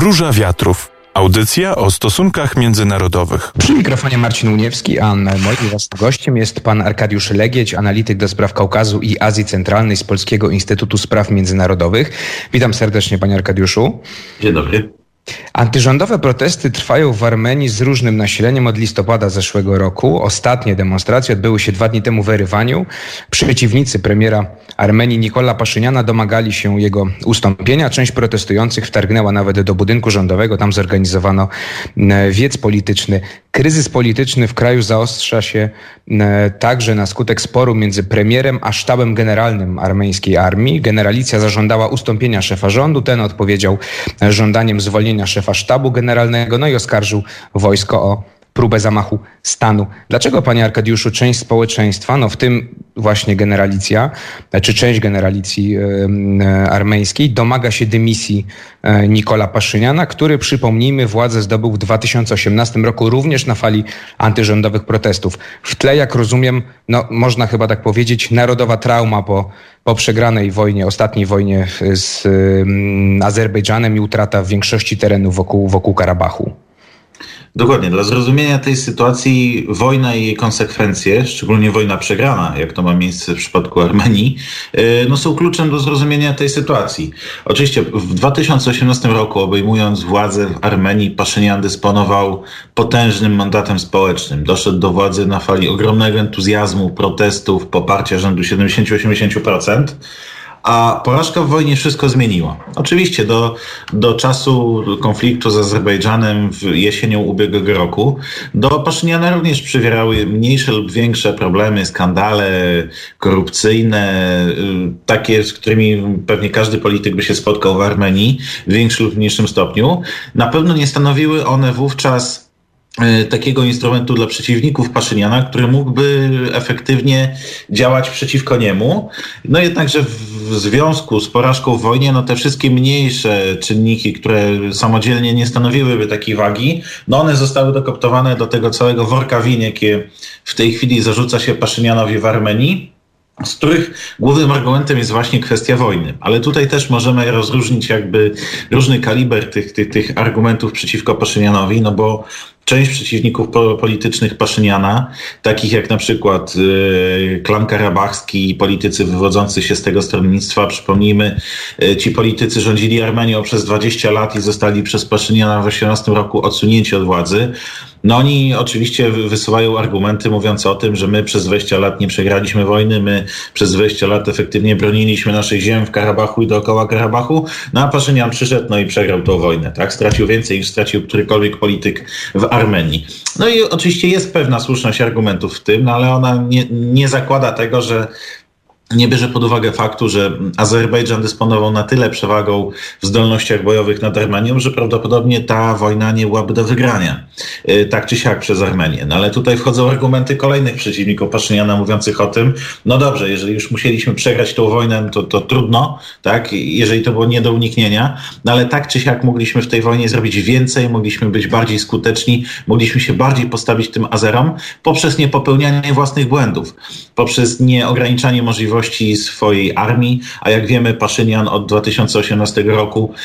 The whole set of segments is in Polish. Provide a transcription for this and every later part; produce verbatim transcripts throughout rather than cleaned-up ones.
Róża Wiatrów. Audycja o stosunkach międzynarodowych. Przy mikrofonie Marcin Uniewski, a moim waszym gościem jest pan Arkadiusz Legieć, analityk do spraw Kaukazu i Azji Centralnej z Polskiego Instytutu Spraw Międzynarodowych. Witam serdecznie, panie Arkadiuszu. Dzień dobry. Antyrządowe protesty trwają w Armenii z różnym nasileniem od listopada zeszłego roku. Ostatnie demonstracje odbyły się dwa dni temu w Erywaniu. Przeciwnicy premiera Armenii Nikola Paszyniana domagali się jego ustąpienia. Część protestujących wtargnęła nawet do budynku rządowego. Tam zorganizowano wiec polityczny. Kryzys polityczny w kraju zaostrza się także na skutek sporu między premierem a sztabem generalnym armeńskiej armii. Generalicja zażądała ustąpienia szefa rządu. Ten odpowiedział żądaniem zwolnienia szefa sztabu generalnego, no i oskarżył wojsko o próbę zamachu stanu. Dlaczego, panie Arkadiuszu, część społeczeństwa, no w tym właśnie generalicja, czy część generalicji e, armeńskiej domaga się dymisji e, Nikola Paszyniana, który, przypomnijmy, władzę zdobył w dwa tysiące osiemnastym roku również na fali antyrządowych protestów. W tle, jak rozumiem, no można chyba tak powiedzieć, narodowa trauma po, po przegranej wojnie, ostatniej wojnie z e, Azerbejdżanem i utrata w większości terenów wokół, wokół Karabachu. Dokładnie. Dla zrozumienia tej sytuacji wojna i jej konsekwencje, szczególnie wojna przegrana, jak to ma miejsce w przypadku Armenii, no są kluczem do zrozumienia tej sytuacji. Oczywiście w dwa tysiące osiemnastym roku, obejmując władzę w Armenii, Paszynian dysponował potężnym mandatem społecznym. Doszedł do władzy na fali ogromnego entuzjazmu, protestów, poparcia rzędu siedemdziesiąt do osiemdziesięciu procent. A porażka w wojnie wszystko zmieniła. Oczywiście do, do czasu konfliktu z Azerbejdżanem w jesienią ubiegłego roku do Paszyniana również przywierały mniejsze lub większe problemy, skandale korupcyjne, takie, z którymi pewnie każdy polityk by się spotkał w Armenii w większym lub mniejszym stopniu. Na pewno nie stanowiły one wówczas takiego instrumentu dla przeciwników Paszyniana, który mógłby efektywnie działać przeciwko niemu. No jednakże w związku z porażką w wojnie, no te wszystkie mniejsze czynniki, które samodzielnie nie stanowiłyby takiej wagi, no one zostały dokoptowane do tego całego worka win, jakie w tej chwili zarzuca się Paszynianowi w Armenii, z których głównym argumentem jest właśnie kwestia wojny. Ale tutaj też możemy rozróżnić jakby różny kaliber tych, tych, tych argumentów przeciwko Paszynianowi, no bo część przeciwników politycznych Paszyniana, takich jak na przykład yy, klan karabachski i politycy wywodzący się z tego stronnictwa, przypomnijmy, yy, ci politycy rządzili Armenią przez dwadzieścia lat i zostali przez Paszyniana w osiemnastym roku odsunięci od władzy. No oni oczywiście wysuwają argumenty mówiące o tym, że my przez dwadzieścia lat nie przegraliśmy wojny, my przez dwadzieścia lat efektywnie broniliśmy naszych ziem w Karabachu i dookoła Karabachu, no a Paszynian przyszedł no i przegrał tą wojnę, tak? Stracił więcej niż stracił którykolwiek polityk w Armenii. No i oczywiście jest pewna słuszność argumentów w tym, no ale ona nie, nie zakłada tego, że nie bierze pod uwagę faktu, że Azerbejdżan dysponował na tyle przewagą w zdolnościach bojowych nad Armenią, że prawdopodobnie ta wojna nie byłaby do wygrania, tak czy siak przez Armenię. No ale tutaj wchodzą argumenty kolejnych przeciwników Paszyniana mówiących o tym, no dobrze, jeżeli już musieliśmy przegrać tą wojnę, to, to trudno, tak, jeżeli to było nie do uniknienia, no ale tak czy siak mogliśmy w tej wojnie zrobić więcej, mogliśmy być bardziej skuteczni, mogliśmy się bardziej postawić tym Azerom poprzez niepopełnianie własnych błędów, poprzez nieograniczanie możliwości swojej armii, a jak wiemy Paszynian od dwa tysiące osiemnastego roku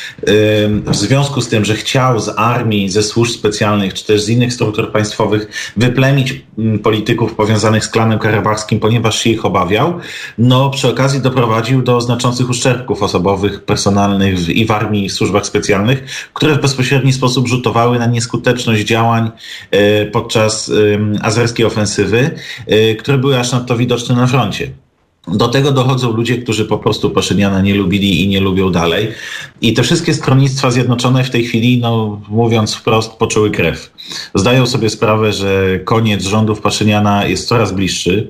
w związku z tym, że chciał z armii, ze służb specjalnych, czy też z innych struktur państwowych wyplemić polityków powiązanych z klanem karabachskim, ponieważ się ich obawiał, no przy okazji doprowadził do znaczących uszczerbków osobowych, personalnych w, i w armii, i w służbach specjalnych, które w bezpośredni sposób rzutowały na nieskuteczność działań y, podczas y, azerskiej ofensywy, y, które były aż nadto widoczne na froncie. Do tego dochodzą ludzie, którzy po prostu Paszyniana nie lubili i nie lubią dalej. I te wszystkie stronnictwa zjednoczone w tej chwili, no mówiąc wprost, poczuły krew. Zdają sobie sprawę, że koniec rządów Paszyniana jest coraz bliższy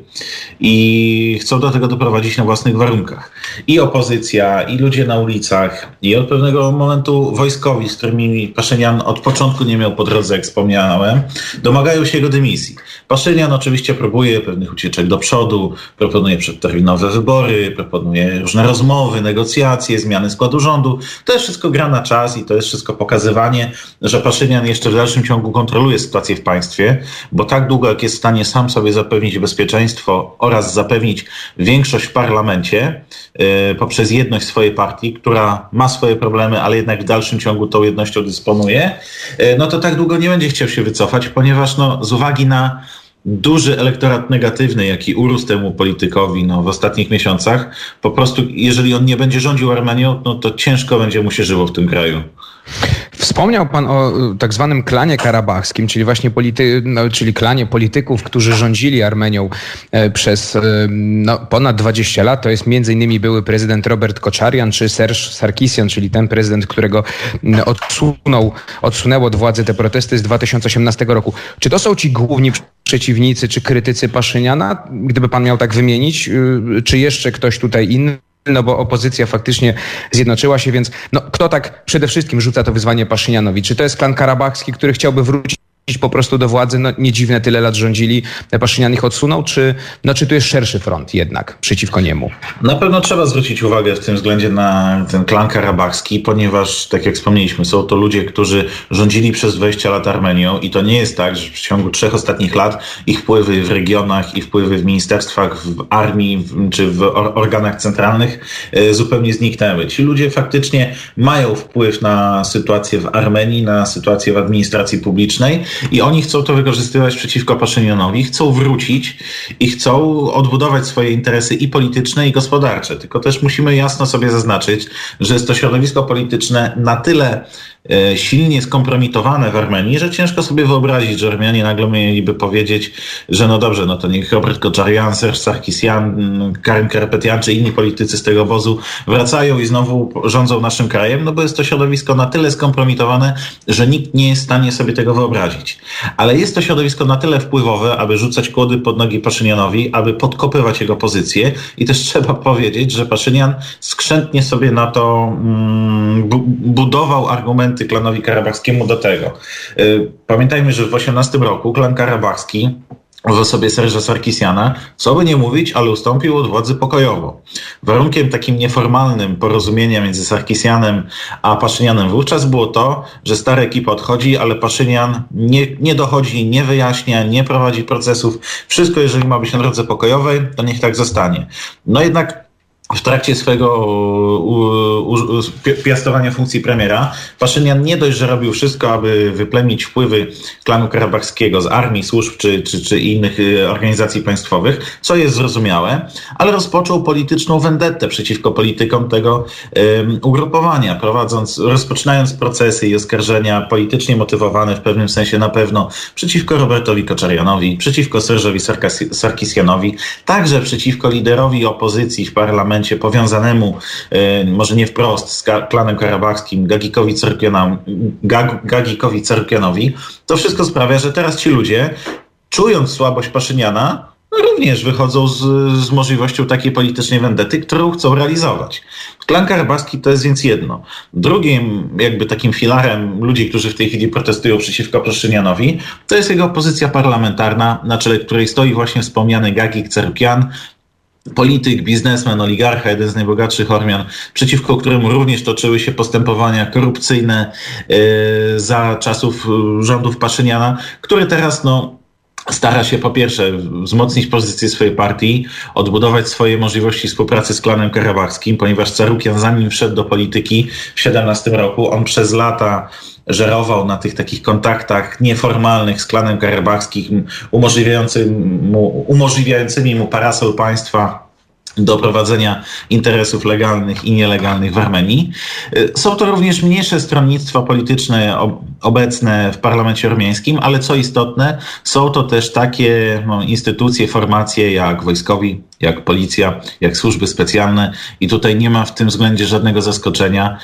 i chcą do tego doprowadzić na własnych warunkach. I opozycja, i ludzie na ulicach, i od pewnego momentu wojskowi, z którymi Paszynian od początku nie miał po drodze, jak wspomniałem, domagają się jego dymisji. Paszynian oczywiście próbuje pewnych ucieczek do przodu, proponuje przedterminowanie robi nowe wybory, proponuje różne rozmowy, negocjacje, zmiany składu rządu. To jest wszystko gra na czas i to jest wszystko pokazywanie, że Paszynian jeszcze w dalszym ciągu kontroluje sytuację w państwie, bo tak długo, jak jest w stanie sam sobie zapewnić bezpieczeństwo oraz zapewnić większość w parlamencie yy, poprzez jedność swojej partii, która ma swoje problemy, ale jednak w dalszym ciągu tą jednością dysponuje, yy, no to tak długo nie będzie chciał się wycofać, ponieważ no, z uwagi na duży elektorat negatywny, jaki urósł temu politykowi no, w ostatnich miesiącach, po prostu jeżeli on nie będzie rządził Armenią, no to ciężko będzie mu się żyło w tym kraju. Wspomniał pan o tak zwanym klanie karabachskim, czyli właśnie polity, no, czyli klanie polityków, którzy rządzili Armenią przez no, ponad dwadzieścia lat. To jest między innymi były prezydent Robert Koczarian czy Serge Sarkisian, czyli ten prezydent, którego odsunął, odsunęło od władzy te protesty z dwa tysiące osiemnastego roku. Czy to są ci główni przeciwnicy czy krytycy Paszyniana, gdyby pan miał tak wymienić, czy jeszcze ktoś tutaj inny? No bo opozycja faktycznie zjednoczyła się, więc no, kto tak przede wszystkim rzuca to wyzwanie Paszynianowi? Czy to jest klan karabachski, który chciałby wrócić po prostu do władzy? No nie dziwne, tyle lat rządzili, Paszynian ich odsunął, czy, no, czy tu jest szerszy front jednak przeciwko niemu? Na pewno trzeba zwrócić uwagę w tym względzie na ten klan karabachski, ponieważ, tak jak wspomnieliśmy, są to ludzie, którzy rządzili przez dwadzieścia lat Armenią i to nie jest tak, że w ciągu trzech ostatnich lat ich wpływy w regionach i wpływy w ministerstwach, w armii w, czy w or- organach centralnych e, zupełnie zniknęły. Ci ludzie faktycznie mają wpływ na sytuację w Armenii, na sytuację w administracji publicznej, i oni chcą to wykorzystywać przeciwko Paszynianowi, chcą wrócić i chcą odbudować swoje interesy i polityczne, i gospodarcze. Tylko też musimy jasno sobie zaznaczyć, że jest to środowisko polityczne na tyle e, silnie skompromitowane w Armenii, że ciężko sobie wyobrazić, że Armenianie nagle mieliby powiedzieć, że no dobrze, no to niech Robert Koczarian, Serge Sarkisian, Karim Karapetyan czy inni politycy z tego obozu wracają i znowu rządzą naszym krajem, no bo jest to środowisko na tyle skompromitowane, że nikt nie jest w stanie sobie tego wyobrazić. Ale jest to środowisko na tyle wpływowe, aby rzucać kłody pod nogi Paszynianowi, aby podkopywać jego pozycję, i też trzeba powiedzieć, że Paszynian skrzętnie sobie na to mm, bu- budował argumenty klanowi karabachskiemu do tego. Yy, pamiętajmy, że w osiemnastym roku klan karabachski w osobie Serge'a Sarkisiana, co by nie mówić, ale ustąpił od władzy pokojowo. Warunkiem takim nieformalnym porozumienia między Sarkisianem a Paszynianem wówczas było to, że stara ekipa odchodzi, ale Paszynian nie, nie dochodzi, nie wyjaśnia, nie prowadzi procesów. Wszystko, jeżeli ma być na drodze pokojowej, to niech tak zostanie. No jednak w trakcie swojego u, u, u, piastowania funkcji premiera Paszynian nie dość, że robił wszystko, aby wyplenić wpływy klanu karabachskiego z armii, służb czy, czy, czy innych organizacji państwowych, co jest zrozumiałe, ale rozpoczął polityczną vendettę przeciwko politykom tego um, ugrupowania, prowadząc, rozpoczynając procesy i oskarżenia politycznie motywowane w pewnym sensie na pewno przeciwko Robertowi Koczarianowi, przeciwko Serge'owi Sarkisianowi, także przeciwko liderowi opozycji w parlamencie powiązanemu, może nie wprost, z klanem karabachskim, Gagikowi Tsarukjanowi, Gag, Gagikowi Tsarukjanowi, to wszystko sprawia, że teraz ci ludzie, czując słabość Paszyniana, no również wychodzą z, z możliwością takiej politycznej wendety, którą chcą realizować. Klan karabachski to jest więc jedno. Drugim jakby takim filarem ludzi, którzy w tej chwili protestują przeciwko Paszynianowi, to jest jego opozycja parlamentarna, na czele której stoi właśnie wspomniany Gagik Tsarukjan, polityk, biznesmen, oligarcha, jeden z najbogatszych Ormian, przeciwko któremu również toczyły się postępowania korupcyjne yy, za czasów rządów Paszyniana, który teraz no, stara się po pierwsze wzmocnić pozycję swojej partii, odbudować swoje możliwości współpracy z klanem karabachskim, ponieważ Tsarukjan, zanim wszedł do polityki w siedemnastym roku, on przez lata żerował na tych takich kontaktach nieformalnych z klanem karabachskim, umożliwiającym mu, umożliwiającymi mu parasol państwa do prowadzenia interesów legalnych i nielegalnych w Armenii. Są to również mniejsze stronnictwa polityczne obecne w parlamencie ormiańskim, ale co istotne, są to też takie no, instytucje, formacje jak wojskowi, jak policja, jak służby specjalne, i tutaj nie ma w tym względzie żadnego zaskoczenia.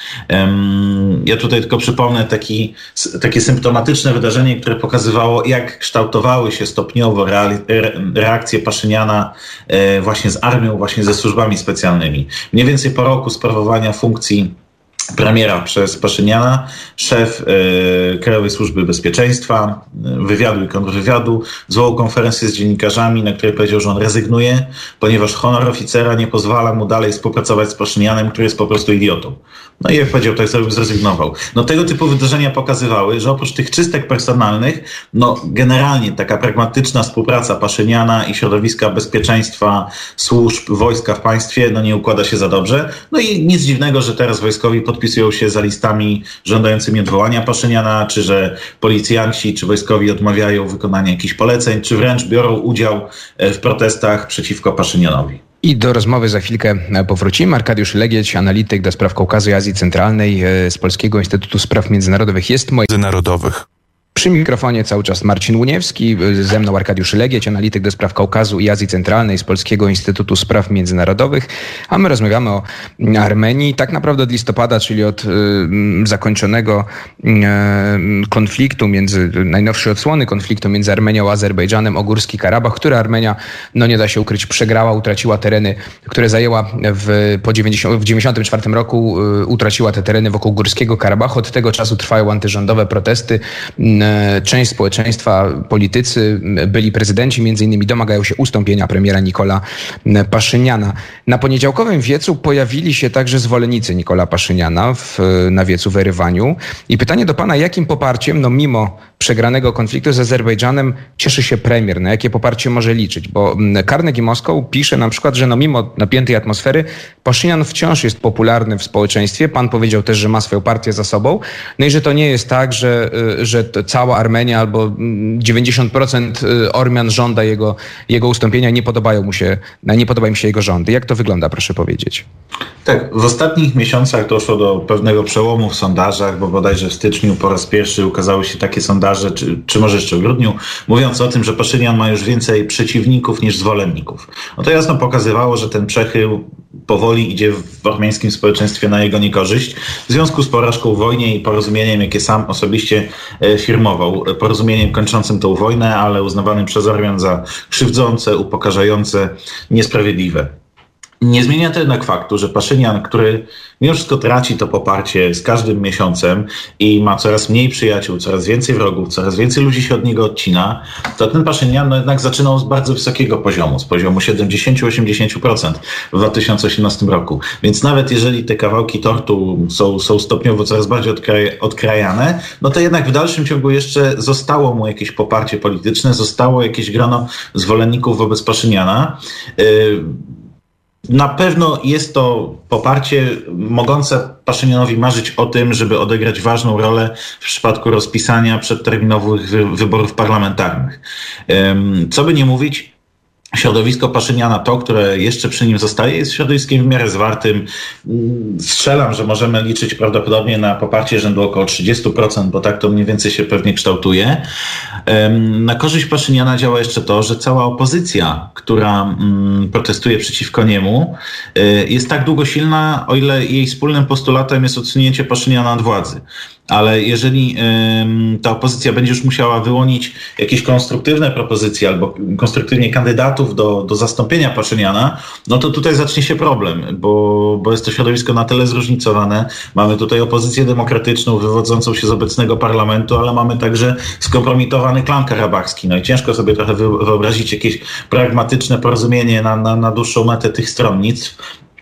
Ja tutaj tylko przypomnę taki, takie symptomatyczne wydarzenie, które pokazywało, jak kształtowały się stopniowo reakcje Paszyniana właśnie z armią, właśnie ze służbami specjalnymi. Mniej więcej po roku sprawowania funkcji premiera przez Paszyniana, szef y, Krajowej Służby Bezpieczeństwa, y, wywiadu i kontrwywiadu, zwołał konferencję z dziennikarzami, na której powiedział, że on rezygnuje, ponieważ honor oficera nie pozwala mu dalej współpracować z Paszynianem, który jest po prostu idiotą. No i jak powiedział, tak zrobił, zrezygnował. No tego typu wydarzenia pokazywały, że oprócz tych czystek personalnych, no generalnie taka pragmatyczna współpraca Paszyniana i środowiska bezpieczeństwa, służb, wojska w państwie, no nie układa się za dobrze. No i nic dziwnego, że teraz wojskowi podpisują się za listami żądającymi odwołania Paszyniana, czy że policjanci, czy wojskowi odmawiają wykonania jakichś poleceń, czy wręcz biorą udział w protestach przeciwko Paszynianowi. I do rozmowy za chwilkę powrócimy. Arkadiusz Legieć, analityk do spraw Kaukazu i Azji Centralnej z Polskiego Instytutu Spraw Międzynarodowych jest moim... Międzynarodowych. Przy mikrofonie cały czas Marcin Łuniewski, ze mną Arkadiusz Legieć, analityk do spraw Kaukazu i Azji Centralnej z Polskiego Instytutu Spraw Międzynarodowych, a my rozmawiamy o Armenii. Tak naprawdę od listopada, czyli od y, zakończonego y, konfliktu między, najnowszej odsłony konfliktu między Armenią a Azerbejdżanem o Górski Karabach, który Armenia, no nie da się ukryć, przegrała, utraciła tereny, które zajęła w, po dziewięćdziesiątym, w dziewięćdziesiątym czwartym roku, y, utraciła te tereny wokół Górskiego Karabachu. Od tego czasu trwają antyrządowe protesty. Część społeczeństwa, politycy, byli prezydenci między innymi domagają się ustąpienia premiera Nikola Paszyniana. Na poniedziałkowym wiecu pojawili się także zwolennicy Nikola Paszyniana w, na wiecu w Erywaniu. I pytanie do pana, jakim poparciem, no mimo przegranego konfliktu z Azerbejdżanem, cieszy się premier? Na jakie poparcie może liczyć? Bo Carnegie Moscow pisze na przykład, że no mimo napiętej atmosfery Paszynian wciąż jest popularny w społeczeństwie. Pan powiedział też, że ma swoją partię za sobą. No i że to nie jest tak, że, że cała Armenia albo dziewięćdziesiąt procent Ormian żąda jego, jego ustąpienia, nie podobają mu się, nie podobają mi się jego rządy. Jak to wygląda, proszę powiedzieć? Tak, w ostatnich miesiącach doszło do pewnego przełomu w sondażach, bo bodajże w styczniu po raz pierwszy ukazały się takie sondaże, czy, czy może jeszcze w grudniu, mówiąc o tym, że Paszynian ma już więcej przeciwników niż zwolenników. No to jasno pokazywało, że ten przechył powoli idzie w armeńskim społeczeństwie na jego niekorzyść, w związku z porażką w wojnie i porozumieniem, jakie sam osobiście firmował. Porozumieniem kończącym tą wojnę, ale uznawanym przez Ormian za krzywdzące, upokarzające, niesprawiedliwe. Nie zmienia to jednak faktu, że Paszynian, który mimo wszystko traci to poparcie z każdym miesiącem i ma coraz mniej przyjaciół, coraz więcej wrogów, coraz więcej ludzi się od niego odcina, to ten Paszynian no jednak zaczynał z bardzo wysokiego poziomu, z poziomu siedemdziesiąt do osiemdziesięciu procent w dwa tysiące osiemnastym roku. Więc nawet jeżeli te kawałki tortu są, są stopniowo coraz bardziej odkraj, odkrajane, no to jednak w dalszym ciągu jeszcze zostało mu jakieś poparcie polityczne, zostało jakieś grono zwolenników wobec Paszyniana. Yy, Na pewno jest to poparcie mogące Paszynianowi marzyć o tym, żeby odegrać ważną rolę w przypadku rozpisania przedterminowych wyborów parlamentarnych. Co by nie mówić, środowisko Paszyniana, to, które jeszcze przy nim zostaje, jest środowiskiem w miarę zwartym. Strzelam, że możemy liczyć prawdopodobnie na poparcie rzędu około trzydzieści procent, bo tak to mniej więcej się pewnie kształtuje. Na korzyść Paszyniana działa jeszcze to, że cała opozycja, która protestuje przeciwko niemu, jest tak długo silna, o ile jej wspólnym postulatem jest odsunięcie Paszyniana od władzy. Ale jeżeli y, ta opozycja będzie już musiała wyłonić jakieś konstruktywne propozycje albo konstruktywnie kandydatów do, do zastąpienia Paszyniana, no to tutaj zacznie się problem, bo, bo jest to środowisko na tyle zróżnicowane. Mamy tutaj opozycję demokratyczną wywodzącą się z obecnego parlamentu, ale mamy także skompromitowany klan karabachski. No i ciężko sobie trochę wyobrazić jakieś pragmatyczne porozumienie na, na, na dłuższą metę tych stronnictw.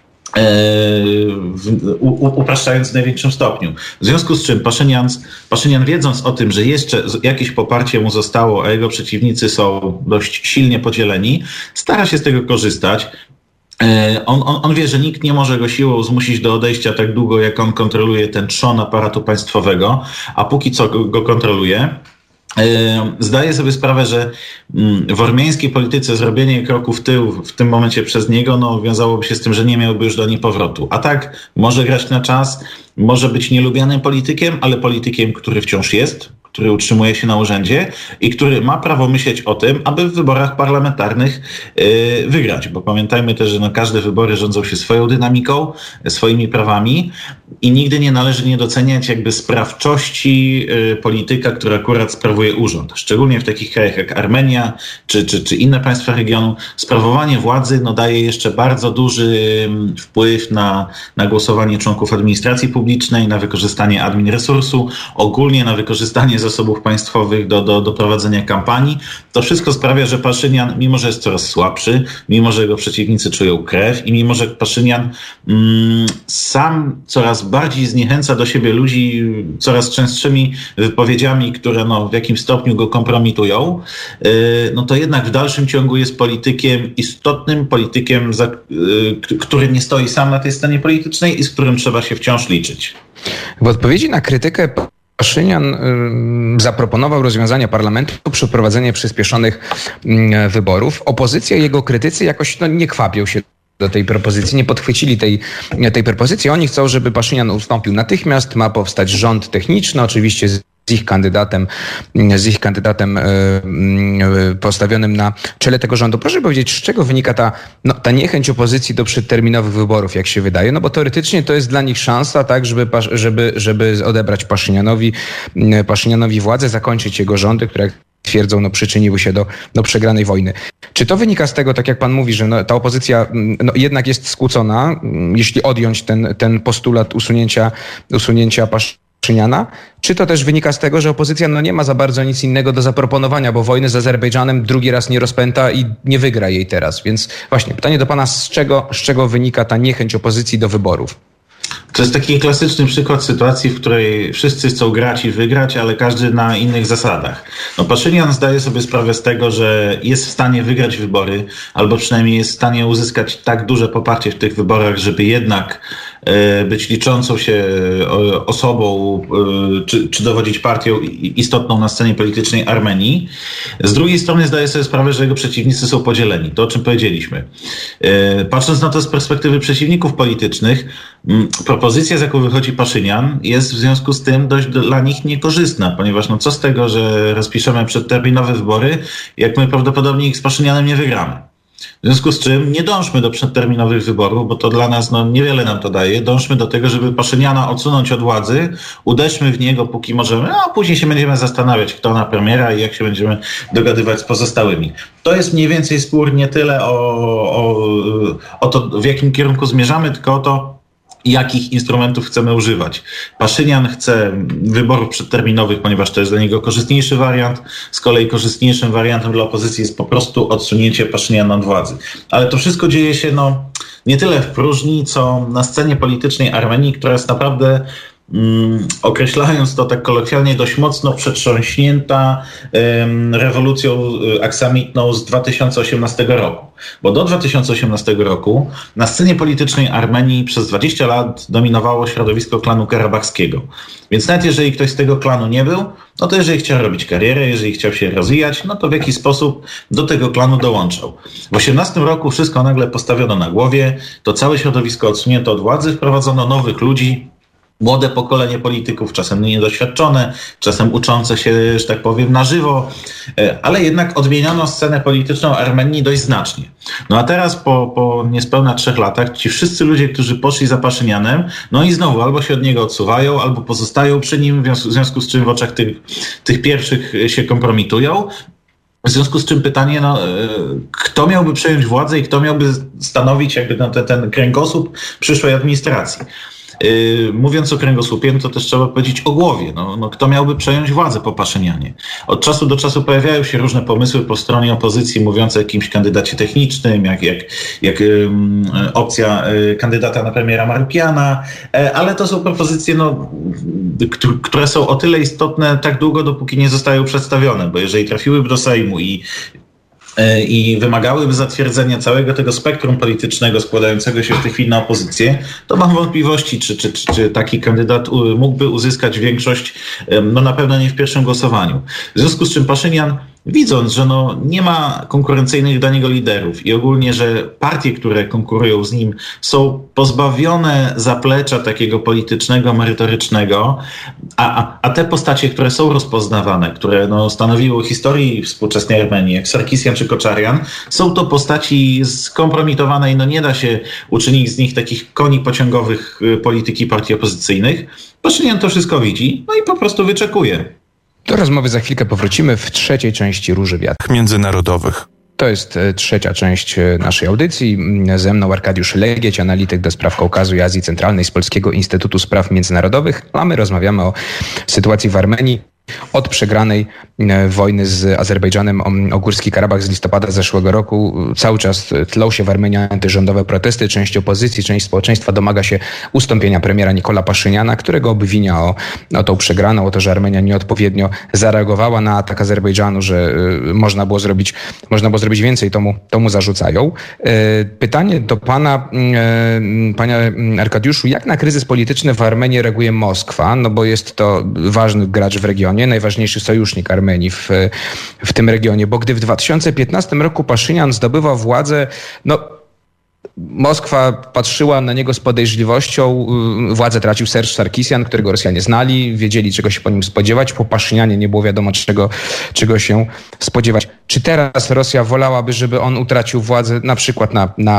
Upraszczając w największym stopniu. W związku z czym Paszynian, Paszynian wiedząc o tym, że jeszcze jakieś poparcie mu zostało, a jego przeciwnicy są dość silnie podzieleni, stara się z tego korzystać. On, on, on wie, że nikt nie może go siłą zmusić do odejścia tak długo, jak on kontroluje ten trzon aparatu państwowego, a póki co go kontroluje, zdaję sobie sprawę, że w ormiańskiej polityce zrobienie kroku w tył w tym momencie przez niego no, wiązałoby się z tym, że nie miałby już do niej powrotu. A tak może grać na czas, może być nielubianym politykiem, ale politykiem, który wciąż jest, który utrzymuje się na urzędzie i który ma prawo myśleć o tym, aby w wyborach parlamentarnych yy, wygrać. Bo pamiętajmy też, że no każde wybory rządzą się swoją dynamiką, swoimi prawami i nigdy nie należy nie doceniać jakby sprawczości yy, polityka, który akurat sprawuje urząd. Szczególnie w takich krajach jak Armenia czy, czy, czy inne państwa regionu. Sprawowanie władzy no, daje jeszcze bardzo duży wpływ na, na głosowanie członków administracji publicznej, na wykorzystanie admin resursu, ogólnie na wykorzystanie zasobów państwowych do, do, do prowadzenia kampanii. To wszystko sprawia, że Paszynian, mimo że jest coraz słabszy, mimo że jego przeciwnicy czują krew i mimo że Paszynian mm, sam coraz bardziej zniechęca do siebie ludzi coraz częstszymi wypowiedziami, które no, w jakimś stopniu go kompromitują, yy, no to jednak w dalszym ciągu jest politykiem istotnym, politykiem, za, yy, który nie stoi sam na tej scenie politycznej i z którym trzeba się wciąż liczyć. W odpowiedzi na krytykę Paszynian y, zaproponował rozwiązania parlamentu, przeprowadzenie przyspieszonych y, wyborów. Opozycja i jego krytycy jakoś no, nie kwapią się do tej propozycji, nie podchwycili tej, tej propozycji. Oni chcą, żeby Paszynian ustąpił natychmiast, ma powstać rząd techniczny, oczywiście z z ich kandydatem, z ich kandydatem postawionym na czele tego rządu. Proszę powiedzieć, z czego wynika ta, no, ta niechęć opozycji do przedterminowych wyborów, jak się wydaje? No bo teoretycznie to jest dla nich szansa, tak, żeby, żeby, żeby odebrać Paszynianowi, Paszynianowi władzę, zakończyć jego rządy, które twierdzą, no, przyczyniły się do, do przegranej wojny. Czy to wynika z tego, tak jak pan mówi, że no, ta opozycja no, jednak jest skłócona, jeśli odjąć ten, ten postulat usunięcia, usunięcia Paszyniana? Czy to też wynika z tego, że opozycja no nie ma za bardzo nic innego do zaproponowania, bo wojny z Azerbejdżanem drugi raz nie rozpęta i nie wygra jej teraz. Więc właśnie pytanie do pana, z czego, z czego wynika ta niechęć opozycji do wyborów? To jest taki klasyczny przykład sytuacji, w której wszyscy chcą grać i wygrać, ale każdy na innych zasadach. No, Paszynian zdaje sobie sprawę z tego, że jest w stanie wygrać wybory, albo przynajmniej jest w stanie uzyskać tak duże poparcie w tych wyborach, żeby jednak e, być liczącą się osobą, e, czy, czy dowodzić partią istotną na scenie politycznej Armenii. Z drugiej strony zdaje sobie sprawę, że jego przeciwnicy są podzieleni. To, o czym powiedzieliśmy. E, patrząc na to z perspektywy przeciwników politycznych, m, propozycja, z jaką wychodzi Paszynian, jest w związku z tym dość dla nich niekorzystna, ponieważ no co z tego, że rozpiszemy przedterminowe wybory, jak my prawdopodobnie ich z Paszynianem nie wygramy. W związku z czym nie dążmy do przedterminowych wyborów, bo to dla nas no, niewiele nam to daje. Dążmy do tego, żeby Paszyniana odsunąć od władzy, uderzmy w niego póki możemy, a później się będziemy zastanawiać, kto na premiera i jak się będziemy dogadywać z pozostałymi. To jest mniej więcej spór nie tyle o, o, o to, w jakim kierunku zmierzamy, tylko o to, jakich instrumentów chcemy używać. Paszynian chce wyborów przedterminowych, ponieważ to jest dla niego korzystniejszy wariant. Z kolei korzystniejszym wariantem dla opozycji jest po prostu odsunięcie Paszyniana od władzy. Ale to wszystko dzieje się no, nie tyle w próżni, co na scenie politycznej Armenii, która jest naprawdę Mm, określając to tak kolokwialnie, dość mocno przetrząśnięta ym, rewolucją aksamitną z dwa tysiące osiemnastego roku. Bo do dwa tysiące osiemnastego roku na scenie politycznej Armenii przez dwadzieścia lat dominowało środowisko klanu karabachskiego. Więc nawet jeżeli ktoś z tego klanu nie był, no to jeżeli chciał robić karierę, jeżeli chciał się rozwijać, no to w jakiś sposób do tego klanu dołączał. W osiemnastym roku wszystko nagle postawiono na głowie, to całe środowisko odsunięto od władzy, wprowadzono nowych ludzi, młode pokolenie polityków, czasem niedoświadczone, czasem uczące się, że tak powiem, na żywo, ale jednak odmieniano scenę polityczną Armenii dość znacznie. No a teraz po, po niespełna trzech latach ci wszyscy ludzie, którzy poszli za Paszynianem, no i znowu albo się od niego odsuwają, albo pozostają przy nim, w związku, w związku z czym w oczach tych, tych pierwszych się kompromitują. W związku z czym pytanie, no, kto miałby przejąć władzę i kto miałby stanowić jakby no, ten, ten kręgosłup przyszłej administracji. Yy, mówiąc o kręgosłupie, to też trzeba powiedzieć o głowie. No, no, kto miałby przejąć władzę po Paszynianie? Od czasu do czasu pojawiają się różne pomysły po stronie opozycji mówiące o jakimś kandydacie technicznym, jak, jak, jak yy, opcja yy, kandydata na premiera Marukiana, yy, ale to są propozycje, no, k- które są o tyle istotne tak długo, dopóki nie zostają przedstawione, bo jeżeli trafiłyby do Sejmu i i wymagałyby zatwierdzenia całego tego spektrum politycznego składającego się w tej chwili na opozycję, to mam wątpliwości, czy, czy, czy, czy taki kandydat mógłby uzyskać większość, no na pewno nie w pierwszym głosowaniu. W związku z czym Paszynian widząc, że no nie ma konkurencyjnych dla niego liderów i ogólnie, że partie, które konkurują z nim, są pozbawione zaplecza takiego politycznego, merytorycznego, a, a, a te postacie, które są rozpoznawane, które no, stanowiły historii współczesnej Armenii, jak Sarkisjan czy Koczarian, są to postaci skompromitowane i no nie da się uczynić z nich takich koni pociągowych polityki partii opozycyjnych. Paszynian to wszystko widzi, no i po prostu wyczekuje. Do rozmowy za chwilkę powrócimy w trzeciej części Róży Wiatr Międzynarodowych. To jest trzecia część naszej audycji. Ze mną Arkadiusz Legieć, analityk do spraw Kaukazu i Azji Centralnej z Polskiego Instytutu Spraw Międzynarodowych. A my rozmawiamy o sytuacji w Armenii od przegranej wojny z Azerbejdżanem o, o Górski Karabach z listopada zeszłego roku. Cały czas tlą się w Armenii antyrządowe protesty. Część opozycji, część społeczeństwa domaga się ustąpienia premiera Nikola Paszyniana, którego obwinia o, o tą przegraną, o to, że Armenia nieodpowiednio zareagowała na atak Azerbejdżanu, że y, można było zrobić, można było zrobić więcej, to mu, to mu zarzucają. Y, pytanie do pana, y, panie Arkadiuszu, jak na kryzys polityczny w Armenii reaguje Moskwa? No bo jest to ważny gracz w regionie, najważniejszy sojusznik Armenii w, w tym regionie, bo gdy w dwa tysiące piętnastym roku Paszynian zdobywał władzę, no Moskwa patrzyła na niego z podejrzliwością. Władzę tracił Serge Sarkisjan, którego Rosjanie znali, wiedzieli, czego się po nim spodziewać. Po Paszynianie nie było wiadomo, czego, czego się spodziewać. Czy teraz Rosja wolałaby, żeby on utracił władzę, na przykład na, na,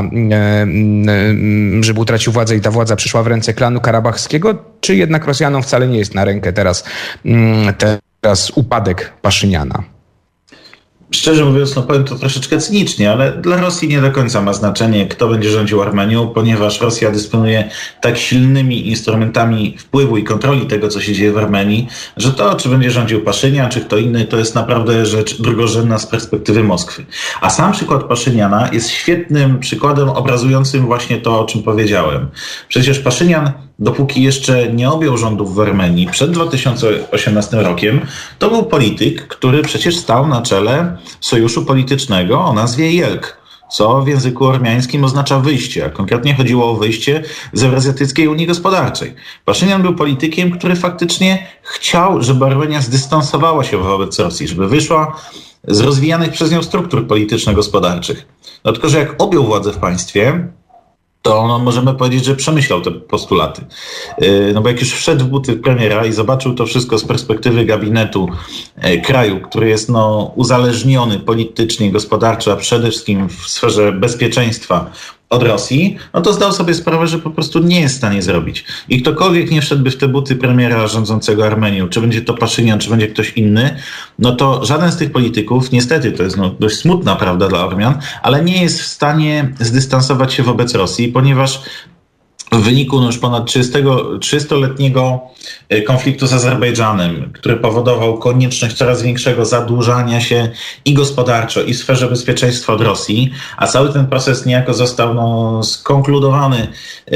żeby utracił władzę i ta władza przyszła w ręce klanu karabachskiego, czy jednak Rosjanom wcale nie jest na rękę teraz, teraz upadek Paszyniana? Szczerze mówiąc, no powiem to troszeczkę cynicznie, ale dla Rosji nie do końca ma znaczenie, kto będzie rządził Armenią, ponieważ Rosja dysponuje tak silnymi instrumentami wpływu i kontroli tego, co się dzieje w Armenii, że to, czy będzie rządził Paszynian, czy kto inny, to jest naprawdę rzecz drugorzędna z perspektywy Moskwy. A sam przykład Paszyniana jest świetnym przykładem obrazującym właśnie to, o czym powiedziałem. Przecież Paszynian, dopóki jeszcze nie objął rządów w Armenii przed dwa tysiące osiemnastym rokiem, to był polityk, który przecież stał na czele sojuszu politycznego o nazwie Jelk, co w języku ormiańskim oznacza wyjście, a konkretnie chodziło o wyjście z Eurazjatyckiej Unii Gospodarczej. Paszynian był politykiem, który faktycznie chciał, żeby Armenia zdystansowała się wobec Rosji, żeby wyszła z rozwijanych przez nią struktur polityczno-gospodarczych. No tylko, że jak objął władzę w państwie, to no, możemy powiedzieć, że przemyślał te postulaty. No bo jak już wszedł w buty premiera i zobaczył to wszystko z perspektywy gabinetu kraju, który jest no, uzależniony politycznie, gospodarczo, a przede wszystkim w sferze bezpieczeństwa od Rosji, no to zdał sobie sprawę, że po prostu nie jest w stanie zrobić. I ktokolwiek nie wszedłby w te buty premiera rządzącego Armenią, czy będzie to Paszynian, czy będzie ktoś inny, no to żaden z tych polityków, niestety to jest no, dość smutna prawda dla Ormian, ale nie jest w stanie zdystansować się wobec Rosji, ponieważ w wyniku no już ponad trzydziestoletniego konfliktu z Azerbejdżanem, który powodował konieczność coraz większego zadłużania się i gospodarczo, i w sferze bezpieczeństwa od Rosji, a cały ten proces niejako został no, skonkludowany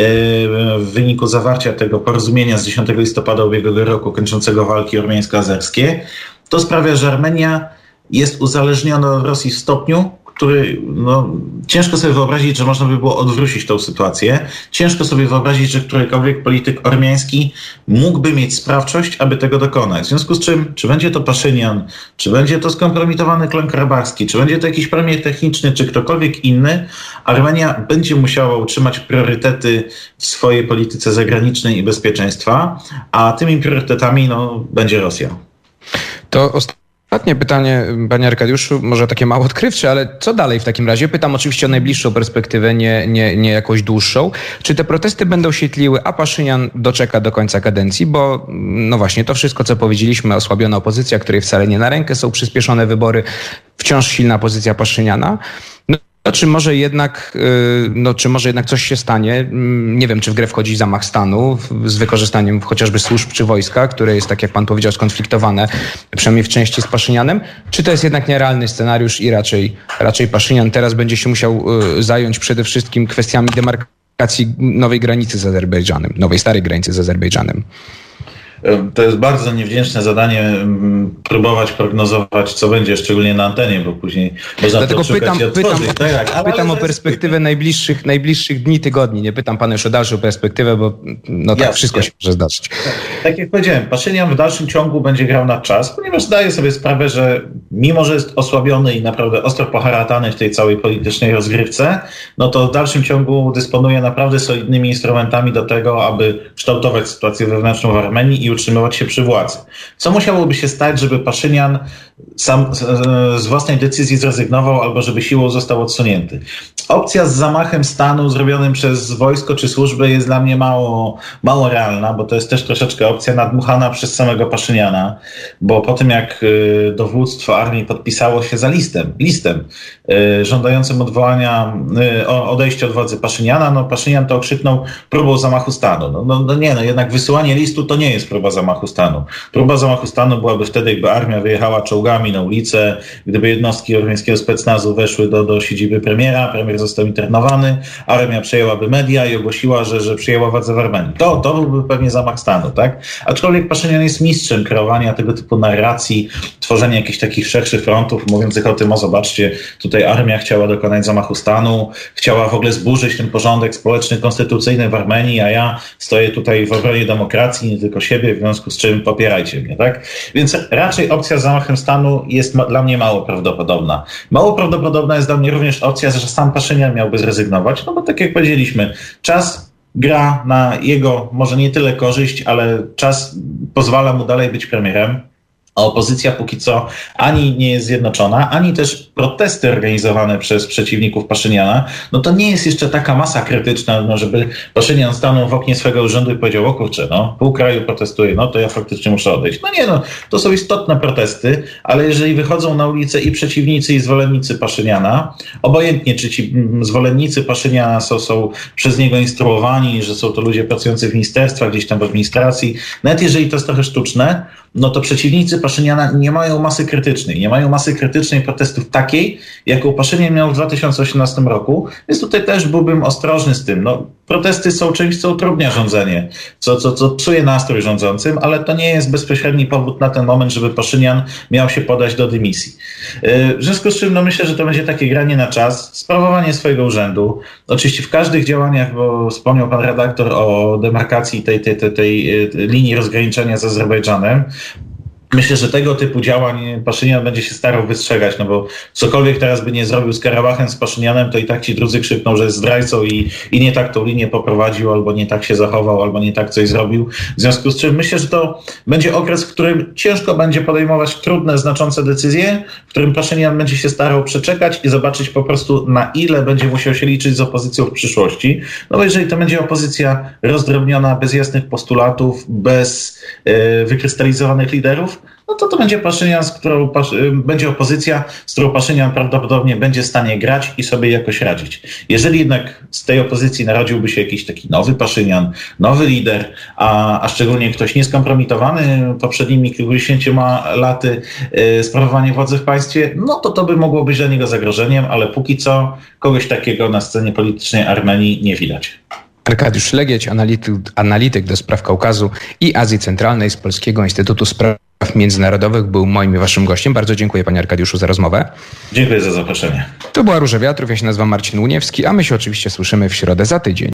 w wyniku zawarcia tego porozumienia z dziesiątego listopada ubiegłego roku kończącego walki ormiańsko-azerskie, to sprawia, że Armenia jest uzależniona od Rosji w stopniu, który no, ciężko sobie wyobrazić, że można by było odwrócić tą sytuację. Ciężko sobie wyobrazić, że którykolwiek polityk ormiański mógłby mieć sprawczość, aby tego dokonać. W związku z czym, czy będzie to Paszynian, czy będzie to skompromitowany klan karabachski, czy będzie to jakiś premier techniczny, czy ktokolwiek inny, Armenia będzie musiała utrzymać priorytety w swojej polityce zagranicznej i bezpieczeństwa, a tymi priorytetami no, będzie Rosja. To Ostatnie pytanie, panie Arkadiuszu, może takie mało odkrywcze, ale co dalej w takim razie? Pytam oczywiście o najbliższą perspektywę, nie, nie, nie jakąś dłuższą. Czy te protesty będą się tliły, a Paszynian doczeka do końca kadencji? Bo no właśnie to wszystko, co powiedzieliśmy, osłabiona opozycja, której wcale nie na rękę, są przyspieszone wybory, wciąż silna pozycja Paszyniana. No, czy może jednak, no, czy może jednak coś się stanie? Nie wiem, czy w grę wchodzi zamach stanu z wykorzystaniem chociażby służb czy wojska, które jest, tak jak pan powiedział, skonfliktowane, przynajmniej w części z Paszynianem. Czy to jest jednak nierealny scenariusz i raczej, raczej Paszynian teraz będzie się musiał zająć przede wszystkim kwestiami demarkacji nowej granicy z Azerbejdżanem, nowej starej granicy z Azerbejdżanem? To jest bardzo niewdzięczne zadanie próbować prognozować, co będzie, szczególnie na antenie, bo później można Dlatego to pytam, pytam, tak, ale pytam ale o perspektywę najbliższych, najbliższych dni, tygodni. Nie pytam pana już o dalszą perspektywę, bo no tak, jasne, wszystko się może zdarzyć. Tak, tak jak powiedziałem, Paszynian w dalszym ciągu będzie grał na czas, ponieważ zdaje sobie sprawę, że mimo że jest osłabiony i naprawdę ostro poharatany w tej całej politycznej rozgrywce, no to w dalszym ciągu dysponuje naprawdę solidnymi instrumentami do tego, aby kształtować sytuację wewnętrzną w Armenii i utrzymywać się przy władzy. Co musiałoby się stać, żeby Paszynian sam z własnej decyzji zrezygnował albo żeby siłą został odsunięty? Opcja z zamachem stanu zrobionym przez wojsko czy służby jest dla mnie mało, mało realna, bo to jest też troszeczkę opcja nadmuchana przez samego Paszyniana, bo po tym jak dowództwo armii podpisało się za listem, listem żądającym odwołania, odejścia od władzy Paszyniana, no Paszynian to okrzyknął próbą zamachu stanu. No, no, no nie, no jednak wysyłanie listu to nie jest próba zamachu stanu. Próba zamachu stanu byłaby wtedy, gdyby armia wyjechała czołgami na ulicę, gdyby jednostki ormiańskiego specnazu weszły do, do siedziby premiera, premier został internowany, armia przejęłaby media i ogłosiła, że, że przyjęła władzę w Armenii. To, to byłby pewnie zamach stanu, tak? Aczkolwiek Paszynian jest mistrzem kreowania tego typu narracji, tworzenia jakichś takich szerszych frontów, mówiących o tym, o zobaczcie, tutaj armia chciała dokonać zamachu stanu, chciała w ogóle zburzyć ten porządek społeczny, konstytucyjny w Armenii, a ja stoję tutaj w obronie demokracji, nie tylko siebie, w związku z czym popierajcie mnie, tak? Więc raczej opcja z zamachem stanu jest ma- dla mnie mało prawdopodobna. Mało prawdopodobna jest dla mnie również opcja, że sam Paszynian miałby zrezygnować, no bo tak jak powiedzieliśmy, czas gra na jego, może nie tyle korzyść, ale czas pozwala mu dalej być premierem. A opozycja póki co ani nie jest zjednoczona, ani też protesty organizowane przez przeciwników Paszyniana, no to nie jest jeszcze taka masa krytyczna, no żeby Paszynian stanął w oknie swego urzędu i powiedział, o kurczę, no pół kraju protestuje, no to ja faktycznie muszę odejść. No nie, no to są istotne protesty, ale jeżeli wychodzą na ulicę i przeciwnicy i zwolennicy Paszyniana, obojętnie czy ci zwolennicy Paszyniana są, są przez niego instruowani, że są to ludzie pracujący w ministerstwach, gdzieś tam w administracji, nawet jeżeli to jest trochę sztuczne, no to przeciwnicy Paszyniana nie mają masy krytycznej. Nie mają masy krytycznej protestów takiej, jaką Paszynian miał w dwa tysiące osiemnastym roku. Więc tutaj też byłbym ostrożny z tym. No, protesty są czymś, co utrudnia rządzenie, co, co, co psuje nastrój rządzącym, ale to nie jest bezpośredni powód na ten moment, żeby Paszynian miał się podać do dymisji. W związku z czym no myślę, że to będzie takie granie na czas, sprawowanie swojego urzędu. Oczywiście w każdych działaniach, bo wspomniał pan redaktor o demarkacji tej, tej, tej, tej linii rozgraniczenia z Azerbejdżanem. Myślę, że tego typu działań Paszynian będzie się starał wystrzegać, no bo cokolwiek teraz by nie zrobił z Karabachem, z Paszynianem, to i tak ci drudzy krzykną, że jest zdrajcą i, i nie tak tą linię poprowadził, albo nie tak się zachował, albo nie tak coś zrobił. W związku z czym myślę, że to będzie okres, w którym ciężko będzie podejmować trudne, znaczące decyzje, w którym Paszynian będzie się starał przeczekać i zobaczyć po prostu, na ile będzie musiał się liczyć z opozycją w przyszłości. No bo jeżeli to będzie opozycja rozdrobniona, bez jasnych postulatów, bez yy, wykrystalizowanych liderów, no to to będzie Paszynian, z którą będzie opozycja, z którą Paszynian prawdopodobnie będzie w stanie grać i sobie jakoś radzić. Jeżeli jednak z tej opozycji narodziłby się jakiś taki nowy Paszynian, nowy lider, a, a szczególnie ktoś nieskompromitowany poprzednimi kilkudziesięcioma laty yy, sprawowania władzy w państwie, no to to by mogło być dla niego zagrożeniem, ale póki co kogoś takiego na scenie politycznej Armenii nie widać. Arkadiusz Legieć, analityk, analityk do spraw Kaukazu i Azji Centralnej z Polskiego Instytutu Spraw Międzynarodowych, był moim i waszym gościem. Bardzo dziękuję, panie Arkadiuszu, za rozmowę. Dziękuję za zaproszenie. To była Róża Wiatrów, ja się nazywam Marcin Łuniewski, a my się oczywiście słyszymy w środę za tydzień.